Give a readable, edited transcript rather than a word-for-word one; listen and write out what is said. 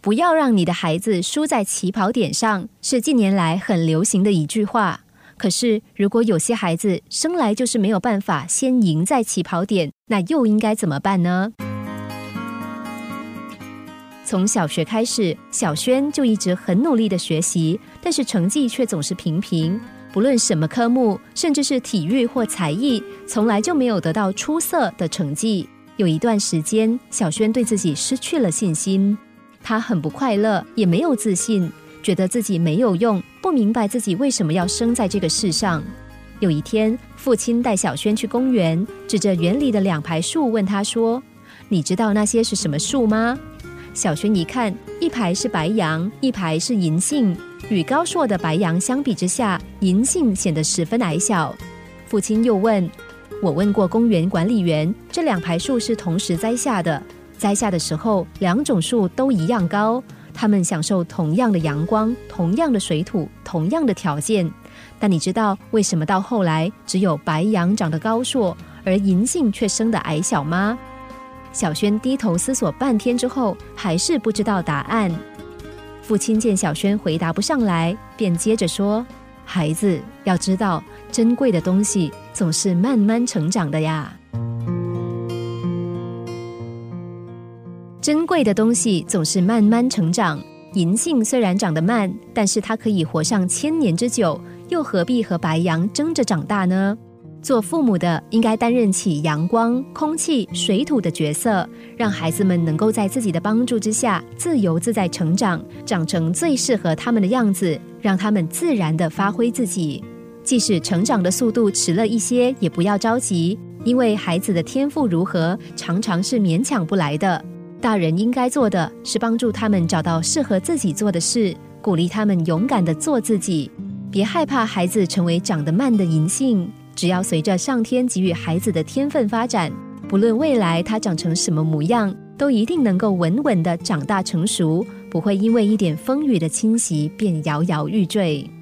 不要让你的孩子输在起跑点上，是近年来很流行的一句话。可是如果有些孩子生来就是没有办法先赢在起跑点，那又应该怎么办呢？从小学开始，小轩就一直很努力的学习，但是成绩却总是平平，不论什么科目，甚至是体育或才艺，从来就没有得到出色的成绩。有一段时间，小轩对自己失去了信心，他很不快乐，也没有自信，觉得自己没有用，不明白自己为什么要生在这个世上。有一天，父亲带小轩去公园，指着园里的2排树问他说：你知道那些是什么树吗？小轩一看，一排是白杨，一排是银杏，与高硕的白杨相比之下，银杏显得十分矮小。父亲又问：我问过公园管理员，这2排树是同时栽下的，栽下的时候2种树都一样高，它们享受同样的阳光，同样的水土，同样的条件。但你知道为什么到后来只有白杨长得高硕，而银杏却生得矮小吗？小轩低头思索半天之后，还是不知道答案。父亲见小轩回答不上来，便接着说：孩子，要知道，珍贵的东西总是慢慢成长的呀。珍贵的东西总是慢慢成长，银杏虽然长得慢，但是它可以活上1000年之久，又何必和白杨争着长大呢？做父母的应该担任起阳光、空气、水土的角色，让孩子们能够在自己的帮助之下自由自在成长，长成最适合他们的样子，让他们自然地发挥自己。即使成长的速度迟了一些，也不要着急，因为孩子的天赋如何，常常是勉强不来的。大人应该做的是帮助他们找到适合自己做的事，鼓励他们勇敢地做自己。别害怕孩子成为长得慢的银杏，只要随着上天给予孩子的天分发展，不论未来他长成什么模样，都一定能够稳稳地长大成熟，不会因为一点风雨的侵袭便摇摇欲坠。